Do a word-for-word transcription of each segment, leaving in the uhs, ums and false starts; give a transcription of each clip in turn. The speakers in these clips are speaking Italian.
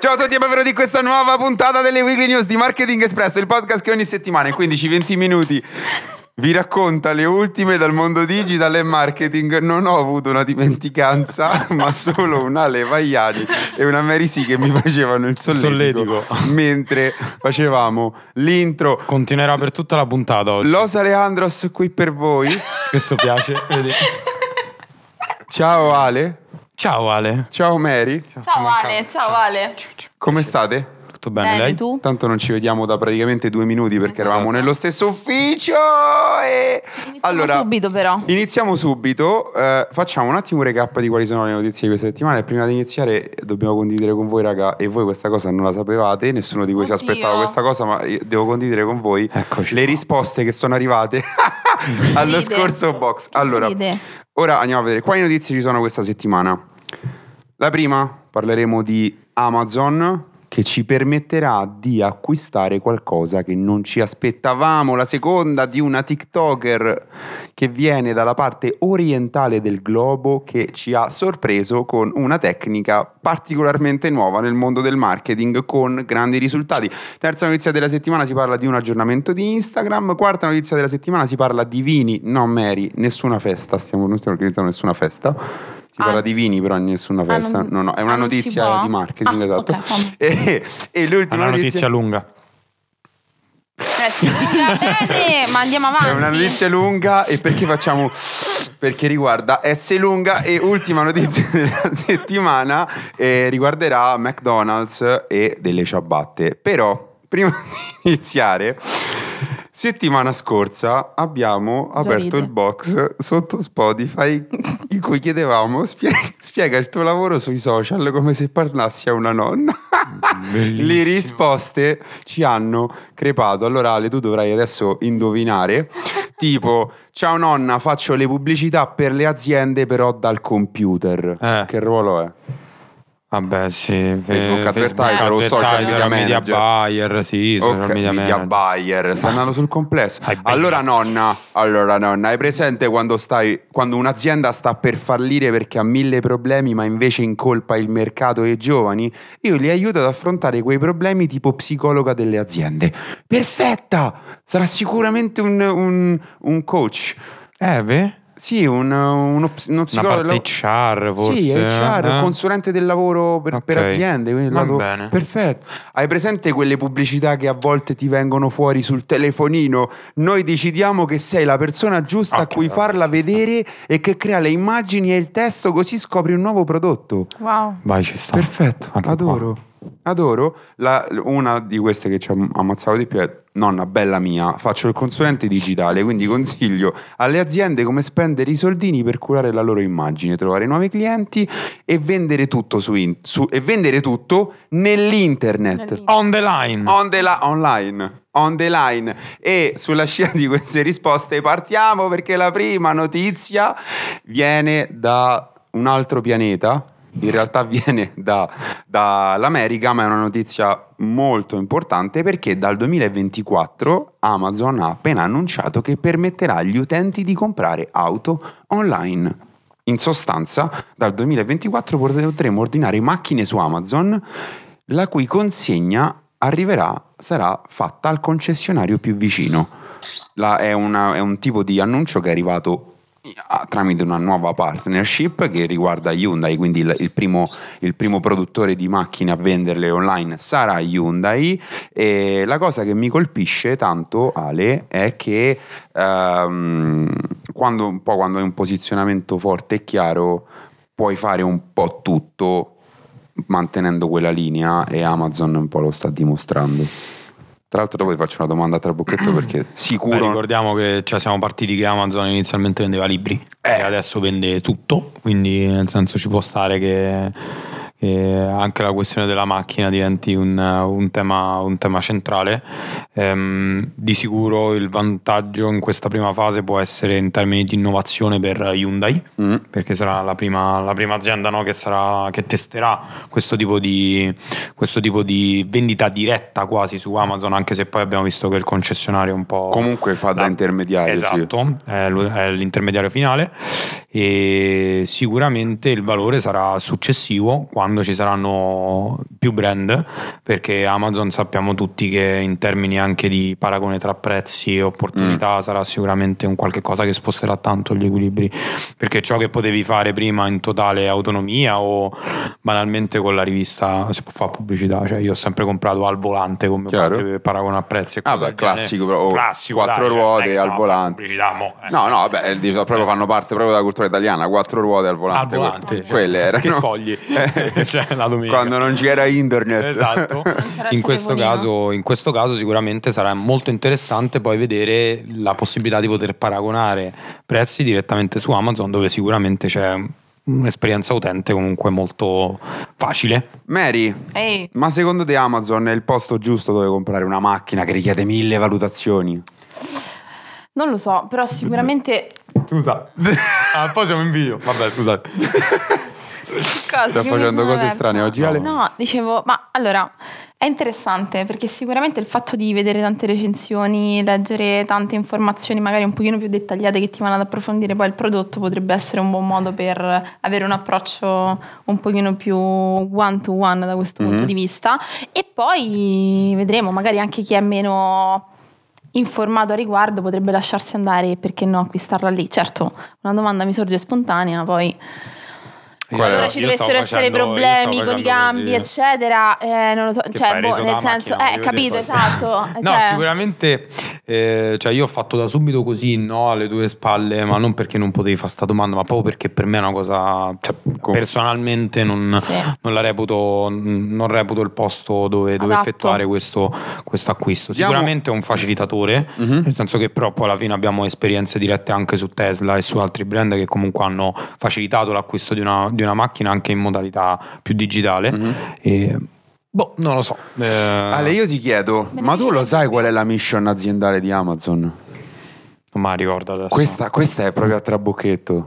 Ciao a tutti e benvenuti in questa nuova puntata delle Weekly News di Marketing Espresso, il podcast che ogni settimana in quindici venti minuti vi racconta le ultime dal mondo digital e marketing. Non ho avuto una dimenticanza, ma solo una Ale Vaiani e una Mary C che mi facevano il solletico, solletico mentre facevamo l'intro. Continuerà per tutta la puntata oggi. Los Alejandros qui per voi. Questo piace. Ciao Ale. Ciao Ale. Ciao Mary. Ciao Ale, ciao Ale. Come state? Tutto bene, Bene, lei? tu? Tanto non ci vediamo da praticamente due minuti perché eravamo nello stesso ufficio e... Iniziamo allora, subito però. Iniziamo subito, eh, facciamo un attimo un recap di quali sono le notizie di questa settimana e prima di iniziare dobbiamo condividere con voi raga, e voi questa cosa non la sapevate, nessuno di voi Oddio. si aspettava questa cosa, ma io devo condividere con voi Eccoci le qua. risposte che sono arrivate allo Ride. scorso box. Allora, Ride. ora andiamo a vedere quali notizie ci sono questa settimana. La prima, parleremo di Amazon che ci permetterà di acquistare qualcosa che non ci aspettavamo. La seconda, di una TikToker che viene dalla parte orientale del globo che ci ha sorpreso con una tecnica particolarmente nuova nel mondo del marketing con grandi risultati. Terza notizia della settimana, si parla di un aggiornamento di Instagram. Quarta notizia della settimana, si parla di vini. No Mary, nessuna festa, stiamo, non stiamo organizzando nessuna festa. Si Ah. parla di vini, però in nessuna festa. Ah, non- no, no, è una ah, non si notizia può? di marketing, Ah, esatto. ok, vabbè. E, e È l'ultima una notizia, notizia lunga. Eh, sì, va bene, ma andiamo avanti. è una notizia lunga, e perché facciamo? Perché riguarda S lunga. E ultima notizia della settimana eh, riguarderà McDonald's e delle ciabatte. Però, prima di iniziare, settimana scorsa abbiamo aperto ride. il box sotto Spotify in cui chiedevamo spiega, spiega il tuo lavoro sui social come se parlassi a una nonna. Bellissimo. Le risposte ci hanno crepato. Allora Ale, tu dovrai adesso indovinare. Tipo, ciao nonna, faccio le pubblicità per le aziende però dal computer. Eh. Che ruolo è? Vabbè, sì. Facebook eh, advertiser o social advertiser, media media manager. buyer, sì, social Ok, media, media manager. buyer, sta andando sul complesso. Hai bene. Allora nonna, allora nonna, hai presente quando stai quando un'azienda sta per fallire perché ha mille problemi ma invece incolpa il mercato e i giovani? Io li aiuto ad affrontare quei problemi tipo psicologa delle aziende. Perfetta! Sarà sicuramente un, un, un coach. Eh, beh. Sì, un, uno, uno Una psicologo. parte H R forse. Sì, H R, eh? consulente del lavoro per, per Ok. aziende. Quindi il Va lato- bene. Perfetto. Hai presente quelle pubblicità che a volte ti vengono fuori sul telefonino? Noi decidiamo che sei la persona giusta a Ok, cui vabbè, farla ci sta. vedere e che crea le immagini e il testo, così scopri un nuovo prodotto. Wow. Vai, ci sta. Perfetto, Anche adoro. Adoro. La- una di queste che ci ha ammazzato di più è: nonna, bella mia, faccio il consulente digitale, quindi consiglio alle aziende come spendere i soldini per curare la loro immagine, trovare nuovi clienti e vendere tutto su, in- su- e vendere tutto nell'internet. Nell'internet. On the line. On the li- online. On the line. E sulla scia di queste risposte partiamo, perché la prima notizia viene da un altro pianeta. In realtà viene da, dall'America, ma è una notizia molto importante perché dal duemilaventiquattro Amazon ha appena annunciato che permetterà agli utenti di comprare auto online. In sostanza, dal duemilaventiquattro potremo ordinare macchine su Amazon, la cui consegna arriverà, sarà fatta al concessionario più vicino. La- è, una- è un tipo di annuncio che è arrivato ah, tramite una nuova partnership che riguarda Hyundai, quindi il, il primo, il primo produttore di macchine a venderle online sarà Hyundai. E la cosa che mi colpisce tanto, Ale, è che ehm, quando, un po' quando hai un posizionamento forte e chiaro puoi fare un po' tutto mantenendo quella linea, e Amazon un po' lo sta dimostrando. Tra l'altro dopo vi faccio una domanda a trabocchetto perché Beh, sicuro... ricordiamo che cioè, siamo partiti che Amazon inizialmente vendeva libri Eh. e adesso vende tutto, quindi nel senso ci può stare che, che anche la questione della macchina diventi un, un tema, un tema centrale. Ehm, di sicuro il vantaggio in questa prima fase può essere in termini di innovazione per Hyundai, Mm. perché sarà la prima, la prima azienda, no, che, sarà, che testerà questo tipo, di, questo tipo di vendita diretta quasi su Amazon, anche se poi abbiamo visto che il concessionario è un po'... Comunque fa da la- intermediario, sì. Esatto, è, l- è l'intermediario finale, e sicuramente il valore sarà successivo quando quando ci saranno più brand, perché Amazon sappiamo tutti che in termini anche di paragone tra prezzi e opportunità mm. sarà sicuramente un qualche cosa che sposterà tanto gli equilibri, perché ciò che potevi fare prima in totale autonomia o banalmente con la rivista si può fare pubblicità, cioè io ho sempre comprato al volante come paragone a prezzi e ah beh, classico, però, classico quattro dai, ruote cioè, al volante mo, eh. no no vabbè diciamo, proprio fanno parte proprio della cultura italiana, quattro ruote al volante, al volante que- quelle cioè, erano che sfogli cioè, la domenica quando non c'era internet, esatto. in questo caso in questo caso sicuramente sarà molto interessante poi vedere la possibilità di poter paragonare prezzi direttamente su Amazon, dove sicuramente c'è un'esperienza utente comunque molto facile. Mary, Ehi. ma secondo te Amazon è il posto giusto dove comprare una macchina che richiede mille valutazioni? Non lo so, però sicuramente... Scusa. Ah, poi siamo in video. Vabbè, scusate. Cosa? Sta facendo cose strane oggi, Ale? No, dicevo, ma allora... È interessante perché sicuramente il fatto di vedere tante recensioni, leggere tante informazioni magari un pochino più dettagliate che ti vanno ad approfondire poi il prodotto potrebbe essere un buon modo per avere un approccio un pochino più one to one da questo mm-hmm. punto di vista. E poi vedremo, magari anche chi è meno informato a riguardo potrebbe lasciarsi andare e perché no acquistarla lì. Certo, una domanda mi sorge spontanea, poi... Allora ci dovessero essere problemi con i cambi così. Eccetera eh, non lo so, che cioè boh, nel senso macchina, eh capito esatto no cioè... sicuramente eh, cioè io ho fatto da subito così no alle tue spalle, ma non perché non potevi fare sta domanda, ma proprio perché per me è una cosa, cioè, personalmente non, sì. non la reputo non reputo il posto dove, dove effettuare questo, questo acquisto. Diamo... sicuramente è un facilitatore mm-hmm. nel senso che però poi alla fine abbiamo esperienze dirette anche su Tesla e su altri brand che comunque hanno facilitato l'acquisto di una di una macchina anche in modalità più digitale mm-hmm. e boh non lo so eh... Ale, io ti chiedo, ma tu lo sai qual è la mission aziendale di Amazon? Non me la ricordo adesso. Questa, questa è proprio a trabocchetto.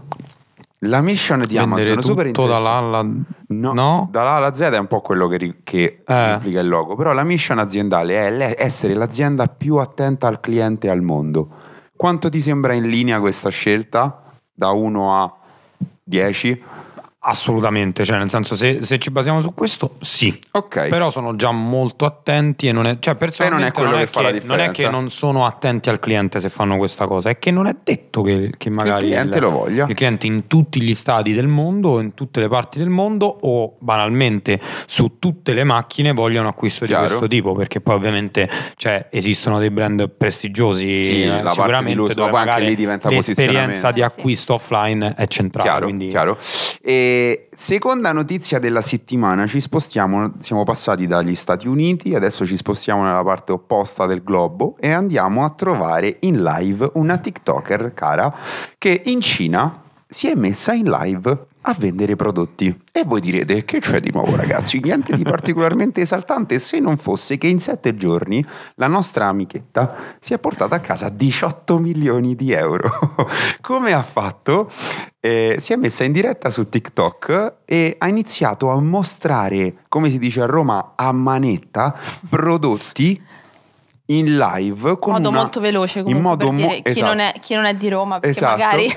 La mission di Vendere Amazon è super tutto dall'A alla... no, no? dall'A alla Z è un po' quello che, che eh. implica il logo, però la mission aziendale è le- essere l'azienda più attenta al cliente al mondo. Quanto ti sembra in linea questa scelta? Da uno a dieci? Assolutamente, cioè nel senso se, se ci basiamo su questo sì, ok, però sono già molto attenti e non è, cioè personalmente e non è quello non è che fa la che, differenza. non è che non sono attenti al cliente se fanno questa cosa, è che non è detto che, che magari il cliente il, lo voglia, il cliente in tutti gli stati del mondo, in tutte le parti del mondo o banalmente su tutte le macchine voglia un acquisto Chiaro. di questo tipo, perché poi ovviamente cioè, esistono dei brand prestigiosi sì, eh, la sicuramente parte di dove anche lì diventa l'esperienza di acquisto offline è centrale, chiaro, quindi... chiaro. E seconda notizia della settimana, ci spostiamo, siamo passati dagli Stati Uniti, adesso ci spostiamo nella parte opposta del globo e andiamo a trovare in live una TikToker cara che in Cina si è messa in live a vendere prodotti. E voi direte, che c'è di nuovo ragazzi? Niente di particolarmente esaltante, se non fosse che in sette giorni la nostra amichetta si è portata a casa diciotto milioni di euro. Come ha fatto? Eh, si è messa in diretta su TikTok e ha iniziato a mostrare, come si dice a Roma, a manetta, prodotti in live con in modo una, molto veloce comunque, in modo per dire, mo- chi, esatto. non è, chi non è di Roma perché Esatto. magari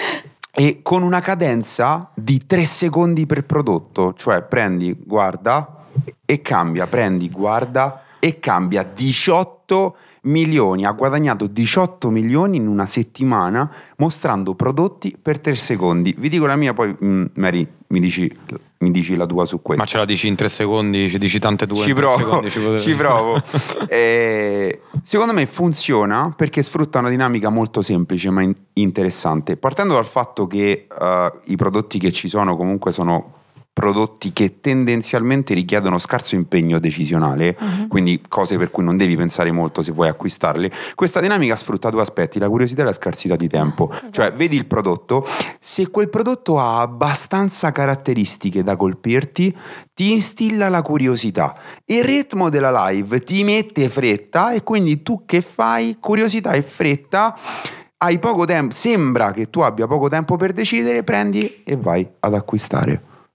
e con una cadenza di tre secondi per prodotto, cioè prendi, guarda e cambia, prendi, guarda e cambia. Diciotto milioni, ha guadagnato diciotto milioni in una settimana mostrando prodotti per tre secondi. Vi dico la mia, poi mh, Mary mi dici, mi dici la tua su questo. Ma ce la dici in tre secondi, ci dici tante tue ci in provo, tre secondi, ci, potete... ci provo. eh, secondo me funziona perché sfrutta una dinamica molto semplice ma in- interessante, partendo dal fatto che uh, i prodotti che ci sono comunque sono prodotti che tendenzialmente richiedono scarso impegno decisionale, uh-huh. quindi cose per cui non devi pensare molto se vuoi acquistarli. Questa dinamica sfrutta due aspetti, la curiosità e la scarsità di tempo. Esatto. Cioè vedi il prodotto, se quel prodotto ha abbastanza caratteristiche da colpirti ti instilla la curiosità, il ritmo della live ti mette fretta e quindi tu che fai? Curiosità e fretta, hai poco tempo, sembra che tu abbia poco tempo per decidere, prendi e vai ad acquistare.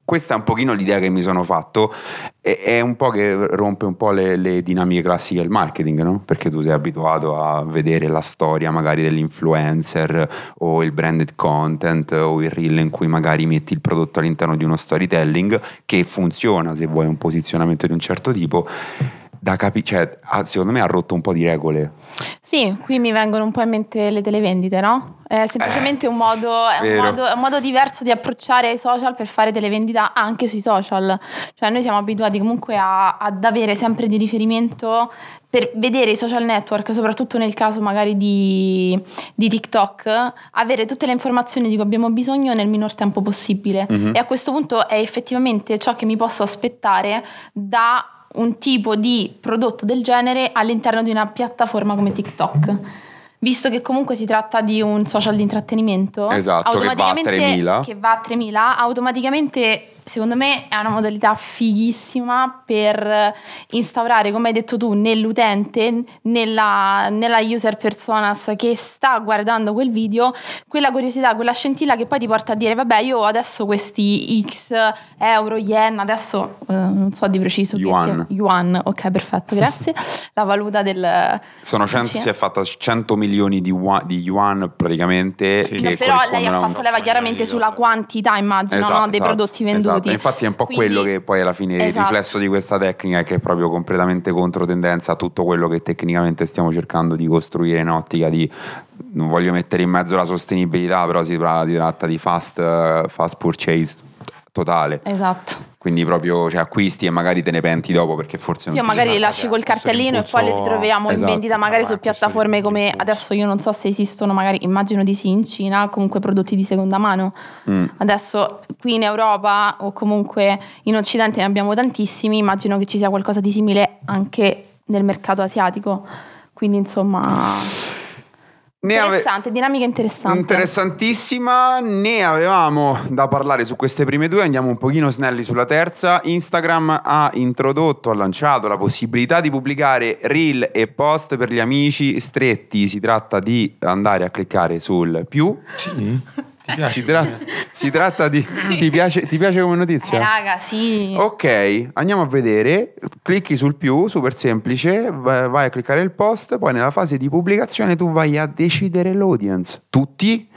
questa è un pochino l'idea che mi sono fatto, e è un po' che rompe un po' le, le dinamiche classiche del marketing, no? Perché tu sei abituato a vedere la storia magari dell'influencer o il branded content o il reel in cui magari metti il prodotto all'interno di uno storytelling che funziona se vuoi un posizionamento di un certo tipo. Da capi- cioè, secondo me ha rotto un po' di regole. Sì, qui mi vengono un po' in mente le televendite, no? È semplicemente eh, un, modo, è un, modo, è un modo diverso di approcciare i social per fare televendita anche sui social. Cioè noi siamo abituati comunque a, ad avere sempre di riferimento per vedere i social network, soprattutto nel caso magari di, di TikTok, avere tutte le informazioni di cui abbiamo bisogno nel minor tempo possibile. Mm-hmm. E a questo punto è effettivamente ciò che mi posso aspettare da un tipo di prodotto del genere all'interno di una piattaforma come TikTok, visto che comunque si tratta di un social di intrattenimento, esatto, che va a tremila, che va a tremila, automaticamente secondo me è una modalità fighissima per instaurare, come hai detto tu, nell'utente, nella, nella user personas che sta guardando quel video, quella curiosità, quella scintilla che poi ti porta a dire vabbè, io adesso questi X euro, yen, adesso eh, non so di preciso yuan. Che yuan, ok, perfetto, grazie. La valuta del sono cento, si è fatta cento milioni di yuan, di yuan praticamente, sì. Che però lei ha fatto leva chiaramente sulla quantità, immagino, esatto, no? dei esatto, prodotti venduti. Esatto. Infatti è un po' quindi, quello che poi alla fine esatto. il riflesso di questa tecnica è che è proprio completamente controtendenza a tutto quello che tecnicamente stiamo cercando di costruire in ottica di, non voglio mettere in mezzo la sostenibilità, però si tratta di fast, uh, fast purchase totale. Esatto. Quindi proprio cioè, acquisti e magari te ne penti dopo perché forse sì, non o ti magari li lasci col cartellino impulso... e poi li ritroviamo esatto. in vendita magari su piattaforme come adesso io non so se esistono, magari immagino di sì in Cina, comunque prodotti di seconda mano. Mm. Adesso qui in Europa o comunque in Occidente ne abbiamo tantissimi, immagino che ci sia qualcosa di simile anche nel mercato asiatico. Quindi insomma... Interessante, ave... dinamica interessante. Interessantissima, ne avevamo da parlare su queste prime due, andiamo un pochino snelli sulla terza. Instagram ha introdotto, ha lanciato la possibilità di pubblicare reel e post per gli amici stretti. Si tratta di andare a cliccare sul più. Sì. Si tratta, si tratta di ti piace, ti piace come notizia? Eh raga, sì. Ok, andiamo a vedere. Clicchi sul più, super semplice. Vai a cliccare il post. Poi nella fase di pubblicazione tu vai a decidere l'audience, tutti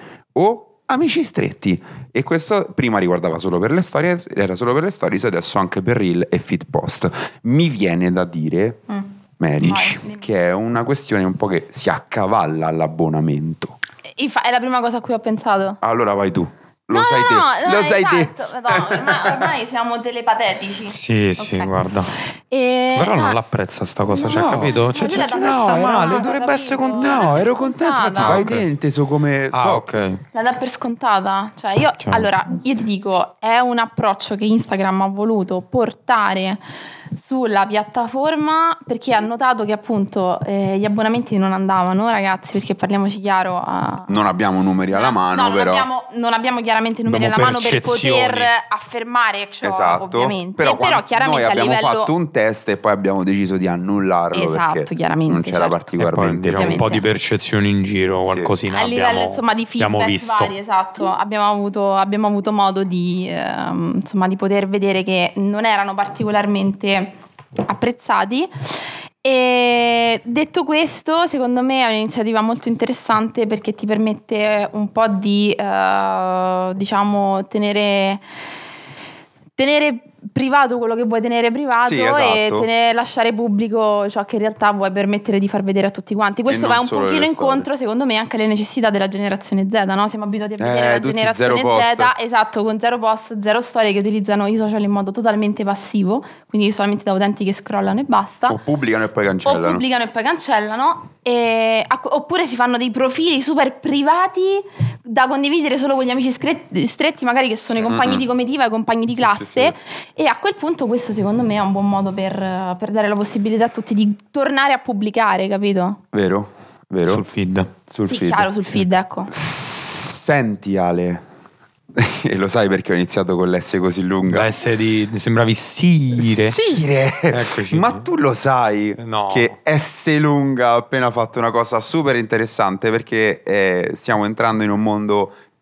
o amici stretti. E questo prima riguardava solo per le stories, era solo per le stories, adesso anche per reel e feed post. Mi viene da dire mm. Meric, vai, che è una questione un po' che si accavalla all'abbonamento. È la prima cosa a cui ho pensato. Allora vai tu. Lo no, sai no, te. No, Lo no, sai esatto. te. No, ormai, ormai siamo telepatetici. Sì, okay. Sì, guarda. E... Però no. non l'apprezza sta cosa, no, cioè, capito? Cioè, cioè, cioè, no, sta male, dovrebbe essere contento. No, ero contento, infatti vai okay. te inteso come ah, top. ok. La dà per scontata. Cioè, io cioè. Allora, io ti dico, è un approccio che Instagram ha voluto portare sulla piattaforma perché ha notato che appunto eh, gli abbonamenti non andavano, ragazzi, perché parliamoci chiaro a... non abbiamo numeri alla mano, no, non però abbiamo, non abbiamo chiaramente numeri abbiamo alla mano per poter affermare ciò, esatto. ovviamente, però, però chiaramente noi abbiamo a livello... fatto un test e poi abbiamo deciso di annullarlo esatto, perché chiaramente, non c'era certo. particolarmente poi, diciamo, un po' di percezioni in giro, qualcosina sì. a livello abbiamo, insomma di feedback visto. vari, esatto, abbiamo avuto, abbiamo avuto modo di ehm, insomma di poter vedere che non erano particolarmente apprezzati. E detto questo, secondo me è un'iniziativa molto interessante perché ti permette un po' di uh, diciamo tenere tenere privato quello che vuoi tenere privato sì, esatto. e tenere, lasciare pubblico ciò che in realtà vuoi permettere di far vedere a tutti quanti. Questo va un pochino incontro secondo me anche alle necessità della generazione Z, no? Siamo abituati a vedere eh, la generazione Z, esatto, con zero post, zero storie, che utilizzano i social in modo totalmente passivo, quindi solamente da utenti che scrollano e basta, o pubblicano e poi cancellano o pubblicano e poi cancellano e, oppure si fanno dei profili super privati da condividere solo con gli amici stretti, magari che sono i compagni mm-hmm. di comitiva, i compagni di classe, sì, sì, sì. E a quel punto questo secondo me è un buon modo per, per dare la possibilità a tutti di tornare a pubblicare, capito? Vero, vero. Sul feed. Sul sì, feed. chiaro, sul feed, ecco. Senti Ale, e lo sai perché ho iniziato con l'S così lunga? La S di sembravi Sire. Sire! Eccoci. Ma tu lo sai no. che S lunga ha appena fatto una cosa super interessante perché eh, stiamo entrando in un mondo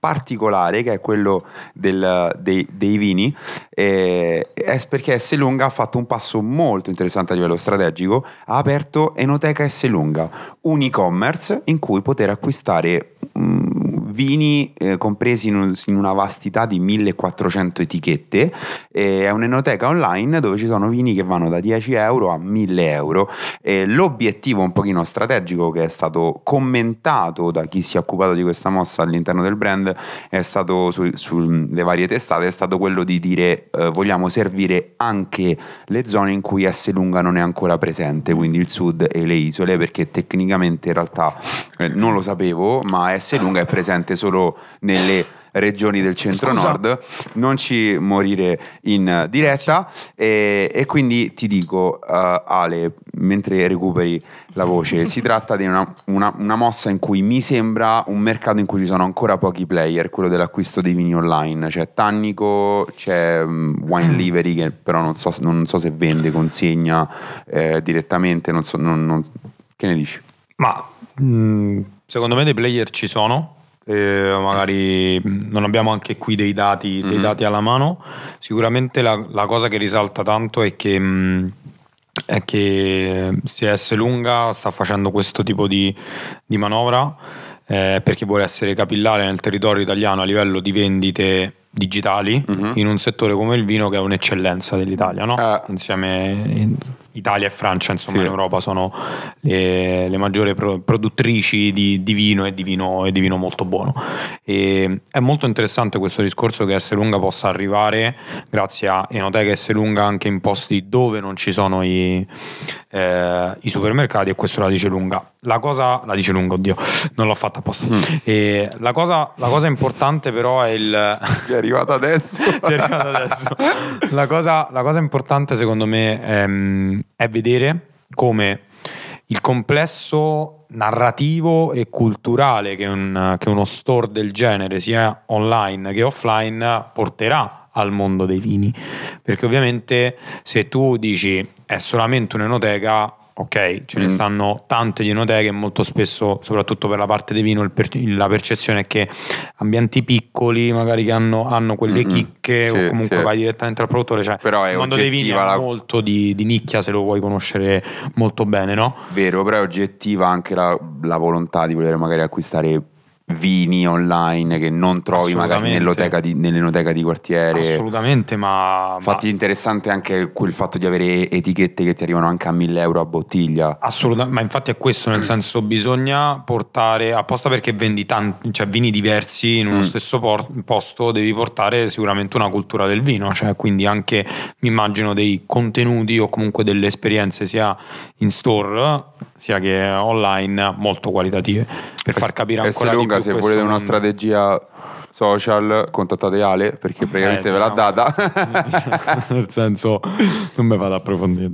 particolare, che è quello del, dei, dei vini, eh, è perché Esselunga ha fatto un passo molto interessante a livello strategico, ha aperto Enoteca Esselunga, un e-commerce in cui poter acquistare mh, vini eh, compresi in, un, in una vastità di millequattrocento etichette. Eh, è un'enoteca online dove ci sono vini che vanno da dieci euro a mille euro. Eh, l'obiettivo un pochino strategico, che è stato commentato da chi si è occupato di questa mossa all'interno del brand, è stato su, sulle varie testate, è stato quello di dire eh, vogliamo servire anche le zone in cui Esselunga non è ancora presente, quindi il sud e le isole, perché tecnicamente in realtà eh, non lo sapevo, ma Esselunga è presente solo nelle regioni del centro-nord. Non ci morire in diretta. E, e quindi ti dico, uh, Ale, mentre recuperi la voce, si tratta di una, una, una mossa in cui mi sembra un mercato in cui ci sono ancora pochi player, quello dell'acquisto dei vini online. C'è Tannico, c'è um, Wine Livery, che però non so, non so se vende, consegna eh, direttamente, non so, non, non... che ne dici? Ma mh, secondo me dei player ci sono. Eh, magari non abbiamo anche qui dei dati, dei mm-hmm. dati alla mano. Sicuramente la, la cosa che risalta tanto è che mh, è che C S Lunga sta facendo questo tipo di, di manovra eh, perché vuole essere capillare nel territorio italiano a livello di vendite digitali, mm-hmm. in un settore come il vino che è un'eccellenza dell'Italia, no? Eh. Insieme Italia e Francia, insomma, sì. in Europa sono le, le maggiori pro, produttrici di, di vino e di vino e di vino molto buono. E è molto interessante questo discorso che Esselunga possa arrivare grazie a Enoteca Esselunga anche in posti dove non ci sono i, eh, i supermercati, e questo la dice lunga. La cosa la dice lunga, oddio, non l'ho fatta apposta. Mm. E la cosa la cosa importante però è il Ti è arrivato adesso. Ti è arrivato adesso. La cosa la cosa importante secondo me è, è vedere come il complesso narrativo e culturale che, un, che uno store del genere, sia online che offline, porterà al mondo dei vini, perché ovviamente se tu dici è solamente un'enoteca, ok, ce mm. ne stanno tante di enoteche, e molto spesso, soprattutto per la parte di vino, il per, la percezione è che ambienti piccoli, magari che hanno, hanno quelle mm-hmm. chicche, sì, o comunque sì. vai direttamente al produttore, cioè però è il mondo dei vini la... è molto di, di nicchia, se lo vuoi conoscere molto bene, no? Vero, però è oggettiva anche la, la volontà di voler magari acquistare vini online che non trovi magari nell'enoteca di, nell'enoteca di quartiere. Assolutamente, ma infatti ma... è interessante anche quel fatto di avere etichette che ti arrivano anche a mille euro a bottiglia. Assolutamente, ma infatti è questo, nel senso bisogna portare, apposta perché vendi tanti, cioè vini diversi in uno mm. stesso por- posto, devi portare sicuramente una cultura del vino, cioè quindi anche mi immagino dei contenuti o comunque delle esperienze sia in store sia che online molto qualitative per far capire ancora di più. Se volete una strategia social, contattate Ale, perché praticamente eh, ve l'ha data. Nel senso, non mi vado a approfondire.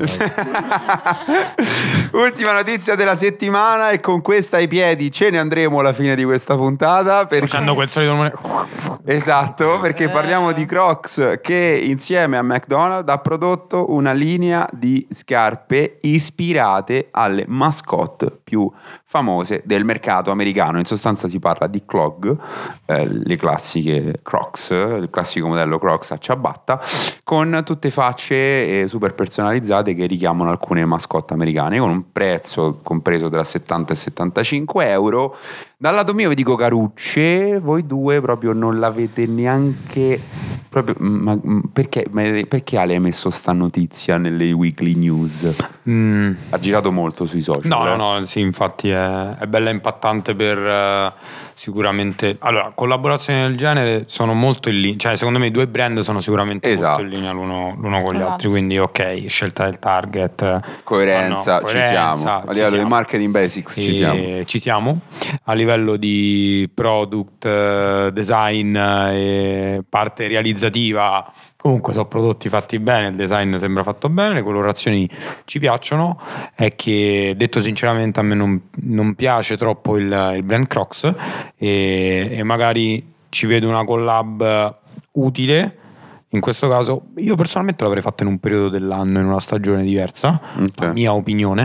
Ultima notizia della settimana, e con questa ai piedi ce ne andremo alla fine di questa puntata, perché... facendo quel solito esatto, perché parliamo di Crocs, che insieme a McDonald's ha prodotto una linea di scarpe ispirate alle mascotte più famose del mercato americano. In sostanza si parla di clog, eh, le classiche Crocs, il classico modello Crocs a ciabatta, con tutte facce eh, super personalizzate che richiamano alcune mascotte americane, con un prezzo compreso tra settanta e settantacinque euro. Dal lato mio vi dico carucce, voi due proprio non l'avete neanche proprio, ma perché, ma perché Ale ha messo sta notizia nelle weekly news? Mm. Ha girato molto sui social. No, eh? no, no, sì, infatti è, è bella impattante per uh, sicuramente. Allora, collaborazioni del genere sono molto in linea, cioè secondo me i due brand sono sicuramente esatto. molto in linea l'uno, l'uno con gli esatto. altri, quindi ok, scelta del target, coerenza, no, coerenza ci siamo. A livello di marketing basics ci siamo. Ci siamo. A livello di product design e parte realizzativa, comunque sono prodotti fatti bene, il design sembra fatto bene, le colorazioni ci piacciono. È che, detto sinceramente, a me non, non piace troppo il, il brand Crocs, e, e magari ci vedo una collab utile. In questo caso io personalmente l'avrei fatto in un periodo dell'anno, in una stagione diversa, okay. mia opinione,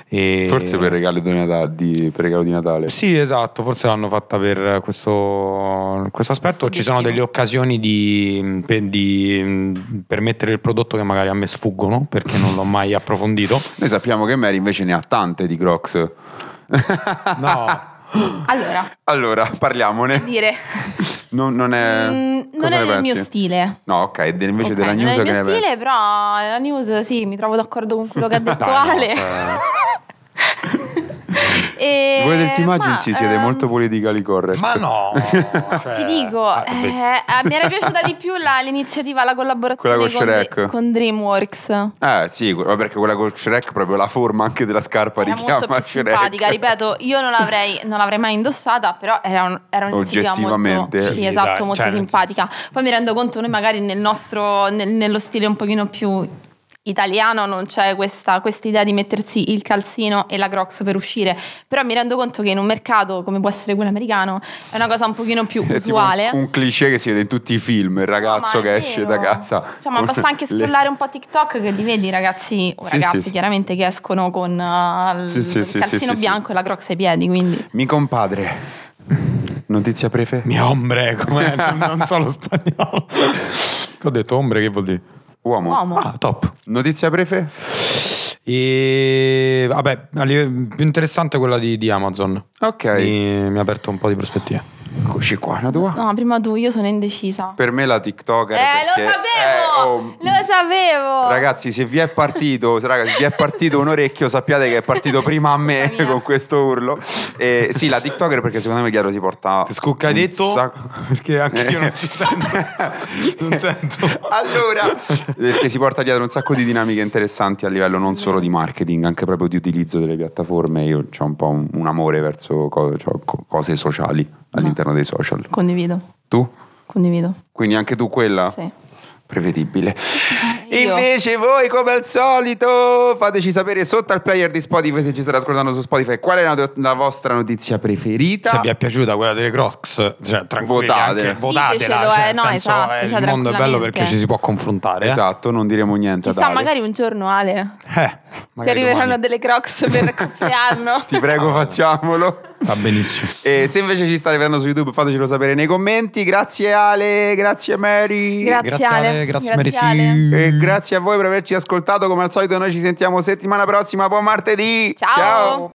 E... Forse per regalo di Natale, di, per regalo di Natale. Sì, esatto, forse l'hanno fatta per questo, questo aspetto. Questo Ci sono delle occasioni di, per, di permettere il prodotto che magari a me sfuggono perché non l'ho mai approfondito. Noi sappiamo che Mary invece ne ha tante di Crocs. No. Allora, Allora, parliamone. dire, Non, non è, mm, cosa non ne è il pensi? mio stile. No, ok, de- invece Ok, della non news è il che mio ne stile, pensi? però la news sì, mi trovo d'accordo con quello che ha detto Dai, no, Ale. cioè- E- Voi del Team ma, Agency siete ehm, molto politically correct. Ma no, cioè- Ti dico, Ah, eh, vedi. eh, mi era piaciuta di più la- l'iniziativa, la collaborazione Quella con con, Shrek. con DreamWorks. Eh sì, que- perché quella con Shrek proprio la forma anche della scarpa Era richiama molto più Shrek. simpatica, ripeto, io non l'avrei, non l'avrei mai indossata, però era, un, era un'iniziativa Oggettivamente. molto, Sì, sì, esatto, dai, molto cioè, nel simpatica. Poi mi rendo conto, noi magari nel nostro, nel- nello stile un pochino più italiano non c'è questa idea di mettersi il calzino e la Crocs per uscire, però mi rendo conto che in un mercato come può essere quello americano è una cosa un pochino più È tipo usuale. un, un cliché che si vede in tutti i film, il ragazzo No, ma che è esce vero. da casa. Cioè, ma basta anche Le- scrollare un po' TikTok che li vedi ragazzi o Sì, ragazzi sì, sì. chiaramente che escono con uh, il, Sì, sì, il sì, calzino sì, sì, bianco e la Crocs ai piedi, quindi Mi compadre. Notizia prefe? Mi ombre, come non so lo spagnolo. Ho detto ombre, che vuol dire? Uomo. uomo. Ah, top. Notizia prefe? E vabbè, a livello- più interessante è quella di, di Amazon. Ok. Mi, mi ha aperto un po' di prospettive. Eccoci qua, la tua? No, prima tu, io sono indecisa. Per me la TikToker Eh, perché- lo sapevo! eh, oh, Lo sapevo! Ragazzi, se vi è partito, ragazzi, se vi è partito un orecchio, sappiate che è partito prima a me Mamma mia. con questo urlo. Eh, sì, la TikToker perché secondo me chiaro si porta. Scucca hai un detto? sacco- Perché anche io non ci sento. Non sento. Allora, perché si porta dietro un sacco di dinamiche interessanti a livello non solo di marketing, anche proprio di utilizzo delle piattaforme. Io ho un po' un, un amore verso co- cioè, co- cose sociali all'interno dei social. Condivido, Tu? condivido. Quindi anche tu quella? Sì. Prevedibile. Io. Invece voi come al solito fateci sapere sotto al player di Spotify, se ci state ascoltando su Spotify, qual è la, la vostra notizia preferita. Se vi è piaciuta quella delle Crocs, cioè tranquilli, Votate. anche votatela, Ditecelo, cioè, eh, nel no, senso, esatto, eh, cioè, il mondo è bello tranquillamente. perché ci si può confrontare. eh. Esatto, non diremo niente Chissà, ad Ale. magari un giorno Ale Eh, ti magari arriveranno domani. delle Crocs per il compleanno. Ti prego, facciamolo. Va benissimo. E se invece ci state vedendo su YouTube, fatecelo sapere nei commenti. Grazie Ale, grazie Mary. Grazie, Grazie Ale. Ale, grazie, Grazie, Mary, sì. Ale. E grazie a voi per averci ascoltato. Come al solito, noi ci sentiamo settimana prossima. Buon martedì. Ciao.